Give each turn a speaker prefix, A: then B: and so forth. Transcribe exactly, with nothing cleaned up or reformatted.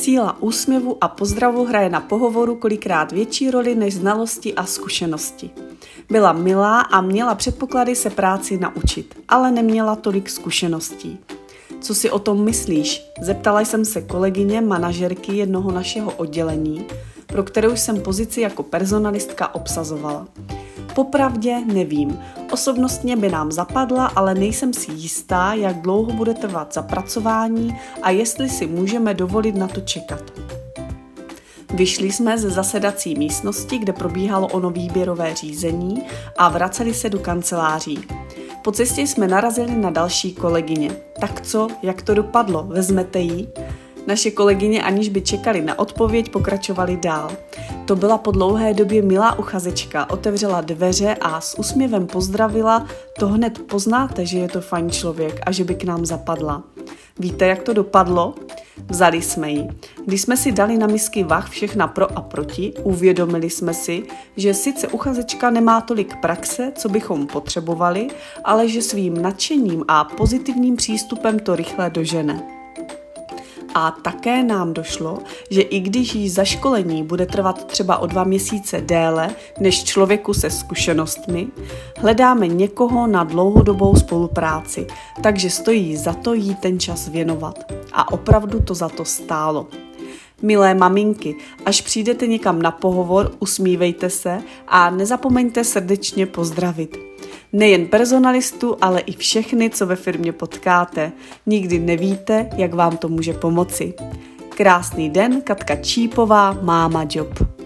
A: Síla úsměvu a pozdravu hraje na pohovoru kolikrát větší roli než znalosti a zkušenosti. Byla milá a měla předpoklady se práci naučit, ale neměla tolik zkušeností. Co si o tom myslíš? Zeptala jsem se kolegyně, manažerky jednoho našeho oddělení, pro kterou jsem pozici jako personalistka obsazovala. Popravdě nevím. Osobnostně by nám zapadla, ale nejsem si jistá, jak dlouho bude trvat zapracování a jestli si můžeme dovolit na to čekat. Vyšli jsme ze zasedací místnosti, kde probíhalo ono výběrové řízení a vraceli se do kanceláří. Po cestě jsme narazili na další kolegyně. Tak co, jak to dopadlo? Vezmete ji? Naše kolegyně, aniž by čekali na odpověď, pokračovali dál. To byla po dlouhé době milá uchazečka, otevřela dveře a s úsměvem pozdravila, to hned poznáte, že je to fajn člověk a že by k nám zapadla. Víte, jak to dopadlo? Vzali jsme ji. Když jsme si dali na misky vah všechna pro a proti, uvědomili jsme si, že sice uchazečka nemá tolik praxe, co bychom potřebovali, ale že svým nadšením a pozitivním přístupem to rychle dožene. A také nám došlo, že i když jí zaškolení bude trvat třeba o dva měsíce déle než člověku se zkušenostmi, hledáme někoho na dlouhodobou spolupráci, takže stojí za to jí ten čas věnovat. A opravdu to za to stálo. Milé maminky, až přijdete někam na pohovor, usmívejte se a nezapomeňte srdečně pozdravit. Nejen personalistu, ale i všechny, co ve firmě potkáte. Nikdy nevíte, jak vám to může pomoci. Krásný den, Katka Čípová, Máma Job.